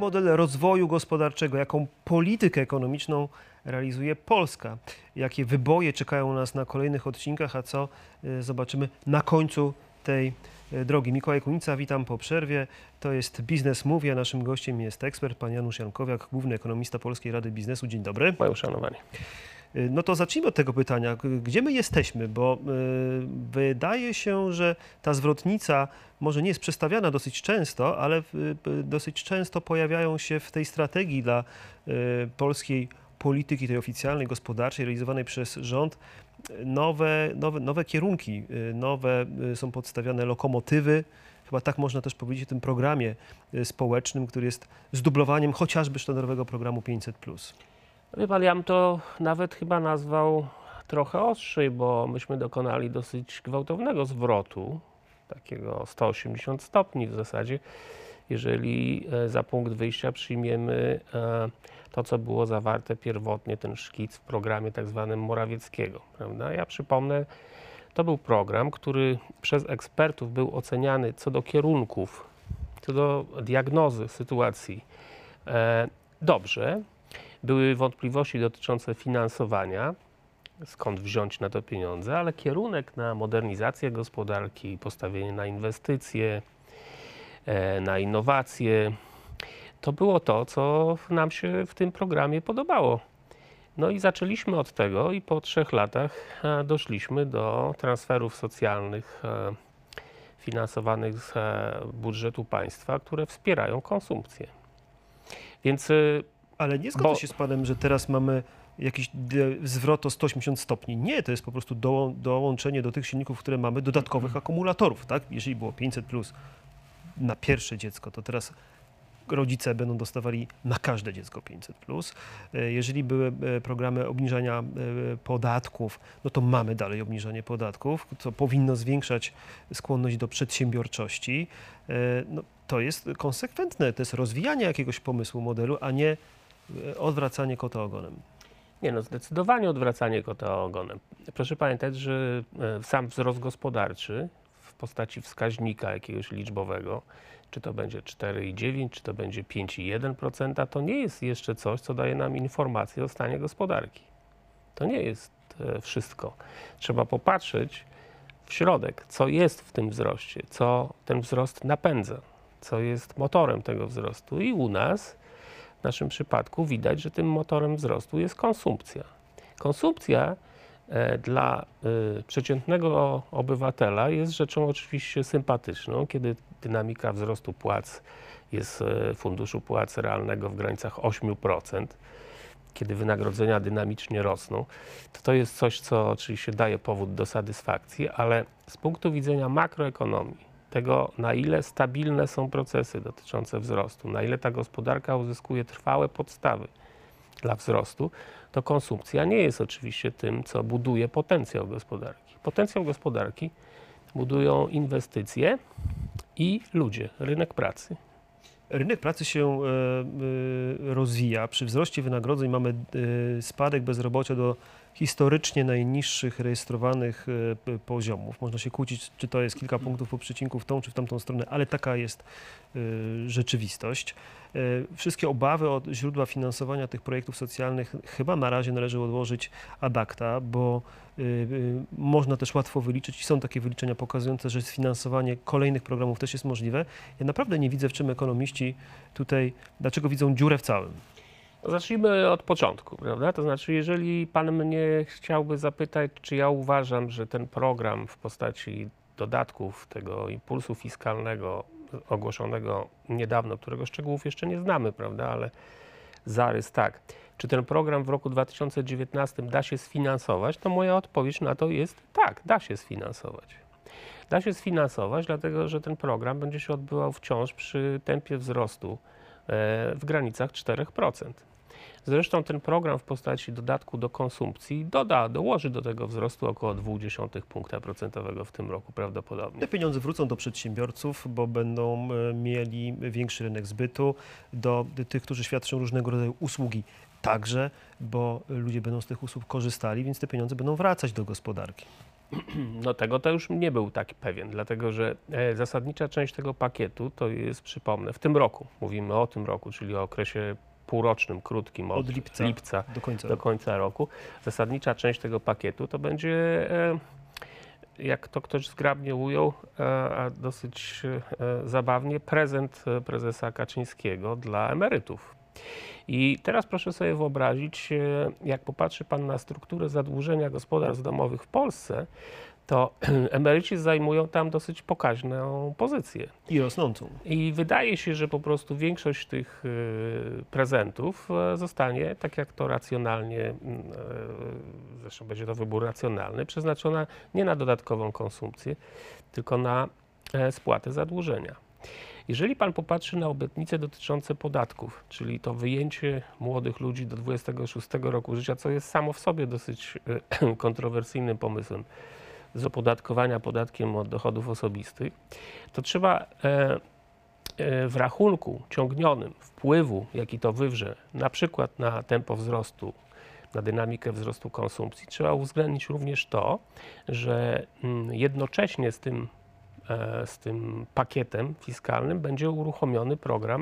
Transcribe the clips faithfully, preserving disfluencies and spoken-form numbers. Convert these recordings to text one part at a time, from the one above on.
model rozwoju gospodarczego, jaką politykę ekonomiczną realizuje Polska, jakie wyboje czekają nas na kolejnych odcinkach, a co zobaczymy na końcu tej drogi. Mikołaj Kunica, witam po przerwie. To jest Biznes Mówi, a naszym gościem jest ekspert, pan Janusz Jankowiak, główny ekonomista Polskiej Rady Biznesu. Dzień dobry. Moje uszanowanie. No to zacznijmy od tego pytania. Gdzie my jesteśmy? Bo wydaje się, że ta zwrotnica może nie jest przestawiana dosyć często, ale dosyć często pojawiają się w tej strategii dla polskiej polityki, tej oficjalnej, gospodarczej, realizowanej przez rząd, nowe, nowe, nowe kierunki, nowe są podstawiane lokomotywy. Chyba tak można też powiedzieć o tym programie społecznym, który jest zdublowaniem chociażby sztandarowego programu pięćset plus. Wie pan, ja bym to nawet chyba nazwał trochę ostrzej, bo myśmy dokonali dosyć gwałtownego zwrotu, takiego sto osiemdziesiąt stopni w zasadzie, jeżeli za punkt wyjścia przyjmiemy to, co było zawarte pierwotnie, ten szkic w programie tak zwanym Morawieckiego, prawda? Ja przypomnę, to był program, który przez ekspertów był oceniany co do kierunków, co do diagnozy sytuacji dobrze. Były wątpliwości dotyczące finansowania, skąd wziąć na to pieniądze, ale kierunek na modernizację gospodarki, postawienie na inwestycje, na innowacje, to było to, co nam się w tym programie podobało. No i zaczęliśmy od tego i po trzech latach doszliśmy do transferów socjalnych finansowanych z budżetu państwa, które wspierają konsumpcję. Więc Ale nie zgodzę Bo... się z panem, że teraz mamy jakiś zwrot o sto osiemdziesiąt stopni. Nie, to jest po prostu do, dołączenie do tych silników, które mamy, dodatkowych akumulatorów. Tak? Jeżeli było pięćset plus na pierwsze dziecko, to teraz rodzice będą dostawali na każde dziecko pięćset plus. Jeżeli były programy obniżania podatków, no to mamy dalej obniżanie podatków, co powinno zwiększać skłonność do przedsiębiorczości. No, to jest konsekwentne, to jest rozwijanie jakiegoś pomysłu, modelu, a nie odwracanie kota ogonem. Nie no, zdecydowanie odwracanie kota ogonem. Proszę pamiętać, że sam wzrost gospodarczy w postaci wskaźnika jakiegoś liczbowego, czy to będzie cztery i dziewięć, czy to będzie pięć i jeden procent, to nie jest jeszcze coś, co daje nam informację o stanie gospodarki. To nie jest wszystko. Trzeba popatrzeć w środek, co jest w tym wzroście, co ten wzrost napędza, co jest motorem tego wzrostu. I u nas, w naszym przypadku, widać, że tym motorem wzrostu jest konsumpcja. Konsumpcja dla y, przeciętnego obywatela jest rzeczą oczywiście sympatyczną, kiedy dynamika wzrostu płac jest w funduszu płac realnego w granicach ośmiu procent, kiedy wynagrodzenia dynamicznie rosną, to to jest coś, co oczywiście daje powód do satysfakcji, ale z punktu widzenia makroekonomii, tego na ile stabilne są procesy dotyczące wzrostu, na ile ta gospodarka uzyskuje trwałe podstawy dla wzrostu, to konsumpcja nie jest oczywiście tym, co buduje potencjał gospodarki. Potencjał gospodarki budują inwestycje i ludzie, rynek pracy. Rynek pracy się rozwija. Przy wzroście wynagrodzeń mamy spadek bezrobocia do historycznie najniższych rejestrowanych poziomów. Można się kłócić, czy to jest kilka punktów po przecinku w tą czy w tamtą stronę, ale taka jest rzeczywistość. Wszystkie obawy o źródła finansowania tych projektów socjalnych chyba na razie należy odłożyć ad acta, bo można też łatwo wyliczyć i są takie wyliczenia pokazujące, że sfinansowanie kolejnych programów też jest możliwe. Ja naprawdę nie widzę, w czym ekonomiści tutaj, dlaczego widzą dziurę w całym. Zacznijmy od początku, prawda? To znaczy, jeżeli pan mnie chciałby zapytać, czy ja uważam, że ten program w postaci dodatków tego impulsu fiskalnego ogłoszonego niedawno, którego szczegółów jeszcze nie znamy, prawda, ale zarys tak. Czy ten program w roku dwa tysiące dziewiętnastym da się sfinansować? To moja odpowiedź na to jest tak, da się sfinansować. Da się sfinansować, dlatego że ten program będzie się odbywał wciąż przy tempie wzrostu w granicach czterech procent. Zresztą ten program w postaci dodatku do konsumpcji doda, dołoży do tego wzrostu około dwa przecinek pięć punkta procentowego w tym roku prawdopodobnie. Te pieniądze wrócą do przedsiębiorców, bo będą mieli większy rynek zbytu, do tych, którzy świadczą różnego rodzaju usługi także, bo ludzie będą z tych usług korzystali, więc te pieniądze będą wracać do gospodarki. No tego to już nie był tak pewien, dlatego że e, zasadnicza część tego pakietu to jest, przypomnę, w tym roku, mówimy o tym roku, czyli o okresie półrocznym, krótkim, od, Od lipca, lipca do końca do roku. końca roku. Zasadnicza część tego pakietu to będzie, e, jak to ktoś zgrabnie ujął, e, a dosyć e, zabawnie, prezent e, prezesa Kaczyńskiego dla emerytów. I teraz proszę sobie wyobrazić, e, jak popatrzy pan na strukturę zadłużenia gospodarstw domowych w Polsce, to emeryci zajmują tam dosyć pokaźną pozycję. I rosnącą. I wydaje się, że po prostu większość tych y, prezentów e, zostanie, tak jak to racjonalnie, y, zresztą będzie to wybór racjonalny, przeznaczona nie na dodatkową konsumpcję, tylko na e, spłatę zadłużenia. Jeżeli pan popatrzy na obietnice dotyczące podatków, czyli to wyjęcie młodych ludzi do dwudziestego szóstego roku życia, co jest samo w sobie dosyć y, kontrowersyjnym pomysłem, z opodatkowania podatkiem od dochodów osobistych, to trzeba e, e, w rachunku ciągnionym wpływu, jaki to wywrze, na przykład na tempo wzrostu, na dynamikę wzrostu konsumpcji, trzeba uwzględnić również to, że mm, jednocześnie z tym, e, z tym pakietem fiskalnym będzie uruchomiony program,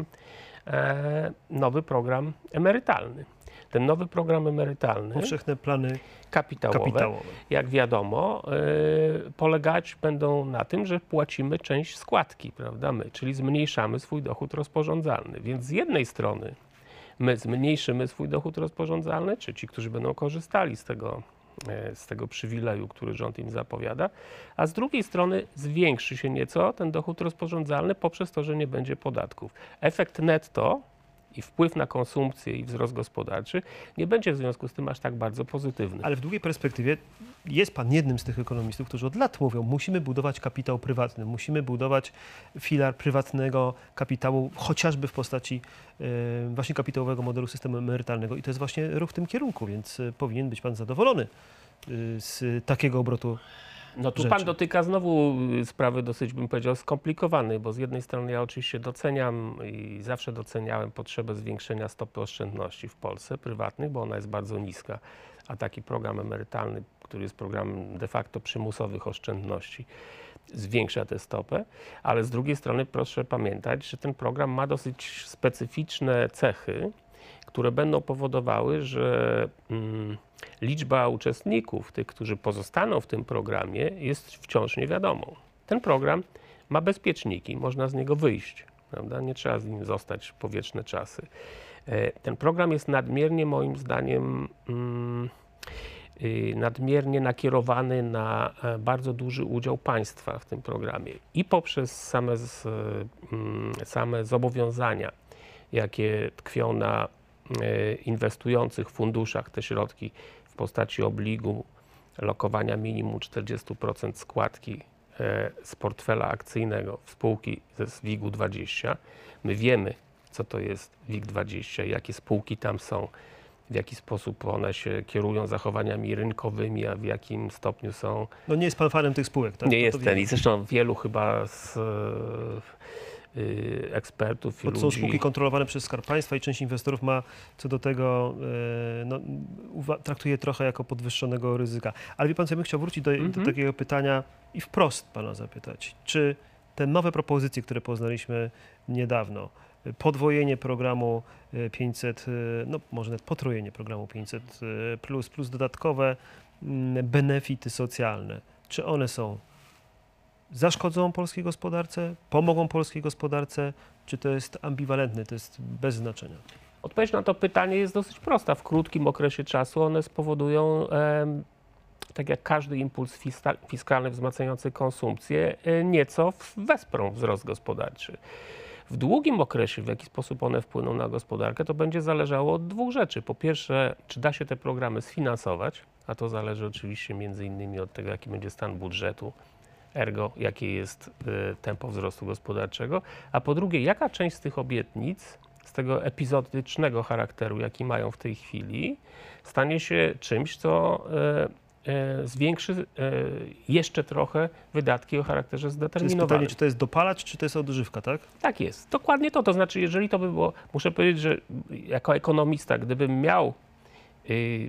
e, nowy program emerytalny. Ten nowy program emerytalny, Powszechne plany kapitałowe, kapitałowe. jak wiadomo, yy, polegać będą na tym, że płacimy część składki, prawda, my, czyli zmniejszamy swój dochód rozporządzalny. Więc z jednej strony my zmniejszymy swój dochód rozporządzalny, czy ci, którzy będą korzystali z tego, yy, z tego przywileju, który rząd im zapowiada, a z drugiej strony zwiększy się nieco ten dochód rozporządzalny poprzez to, że nie będzie podatków. Efekt netto i wpływ na konsumpcję i wzrost gospodarczy nie będzie w związku z tym aż tak bardzo pozytywny. Ale w długiej perspektywie jest pan jednym z tych ekonomistów, którzy od lat mówią, musimy budować kapitał prywatny, musimy budować filar prywatnego kapitału, chociażby w postaci e, właśnie kapitałowego modelu systemu emerytalnego. I to jest właśnie ruch w tym kierunku, więc e, powinien być pan zadowolony e, z takiego obrotu. No tu rzeczy. pan dotyka znowu sprawy dosyć, bym powiedział, skomplikowanej, bo z jednej strony ja oczywiście doceniam i zawsze doceniałem potrzebę zwiększenia stopy oszczędności w Polsce prywatnych, bo ona jest bardzo niska, a taki program emerytalny, który jest programem de facto przymusowych oszczędności, zwiększa tę stopę, ale z drugiej strony proszę pamiętać, że ten program ma dosyć specyficzne cechy, które będą powodowały, że mm, liczba uczestników, tych, którzy pozostaną w tym programie, jest wciąż niewiadomą. Ten program ma bezpieczniki, można z niego wyjść, prawda? Nie trzeba z nim zostać po wieczne czasy. E, ten program jest nadmiernie, moim zdaniem, mm, y, nadmiernie nakierowany na e, bardzo duży udział państwa w tym programie i poprzez same, z, mm, same zobowiązania, jakie tkwią na inwestujących w funduszach te środki w postaci obligu, lokowania minimum czterdzieści procent składki z portfela akcyjnego w spółki ze WIG-u dwadzieścia. My wiemy, co to jest WIG dwadzieścia, jakie spółki tam są, w jaki sposób one się kierują zachowaniami rynkowymi, a w jakim stopniu są... No nie jest pan fanem tych spółek, tak? Nie To jest to ten wiemy. i zresztą wielu chyba z ekspertów i Bo to są ludzi... spółki kontrolowane przez Skarb Państwa i część inwestorów ma co do tego, e, no, uwa- traktuje trochę jako podwyższonego ryzyka. Ale wie pan co, ja bym chciał wrócić do, do Mhm. takiego pytania i wprost pana zapytać. Czy te nowe propozycje, które poznaliśmy niedawno, podwojenie programu e, pięćset, e, no może nawet potrojenie programu pięćset e, plus, plus dodatkowe mm, benefity socjalne, czy one są zaszkodzą polskiej gospodarce, pomogą polskiej gospodarce, czy to jest ambiwalentne, to jest bez znaczenia? Odpowiedź na to pytanie jest dosyć prosta. W krótkim okresie czasu one spowodują, em, tak jak każdy impuls fista- fiskalny wzmacniający konsumpcję, e, nieco w- wesprą wzrost gospodarczy. W długim okresie, w jaki sposób one wpłyną na gospodarkę, to będzie zależało od dwóch rzeczy. Po pierwsze, czy da się te programy sfinansować, a to zależy oczywiście między innymi od tego, jaki będzie stan budżetu, ergo jakie jest y, tempo wzrostu gospodarczego, a po drugie, jaka część z tych obietnic, z tego epizodycznego charakteru, jaki mają w tej chwili, stanie się czymś, co y, y, zwiększy y, jeszcze trochę wydatki o charakterze To jest zdeterminowanym. pytanie, czy to jest dopalacz, czy to jest odżywka, tak? Tak jest, dokładnie to. To znaczy, jeżeli to by było, muszę powiedzieć, że jako ekonomista, gdybym miał y,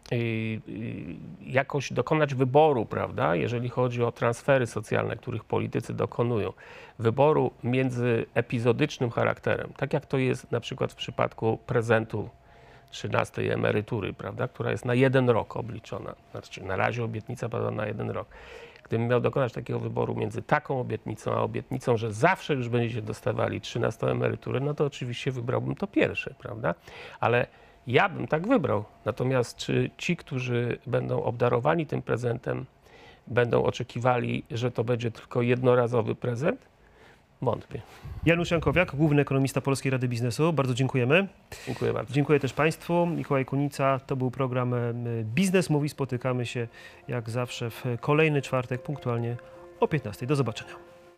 jakoś dokonać wyboru, prawda, jeżeli chodzi o transfery socjalne, których politycy dokonują, wyboru między epizodycznym charakterem, tak jak to jest na przykład w przypadku prezentu trzynastej emerytury, prawda, która jest na jeden rok obliczona, znaczy na razie obietnica pada na jeden rok. Gdybym miał dokonać takiego wyboru między taką obietnicą, a obietnicą, że zawsze już będziecie dostawali trzynastą emeryturę, no to oczywiście wybrałbym to pierwsze, prawda, ale ja bym tak wybrał. Natomiast czy ci, którzy będą obdarowani tym prezentem, będą oczekiwali, że to będzie tylko jednorazowy prezent? Wątpię. Janusz Jankowiak, główny ekonomista Polskiej Rady Biznesu. Bardzo dziękujemy. Dziękuję bardzo. Dziękuję też Państwu. Mikołaj Kunica, to był program Biznes Mówi. Spotykamy się jak zawsze w kolejny czwartek punktualnie o piętnastej. Do zobaczenia.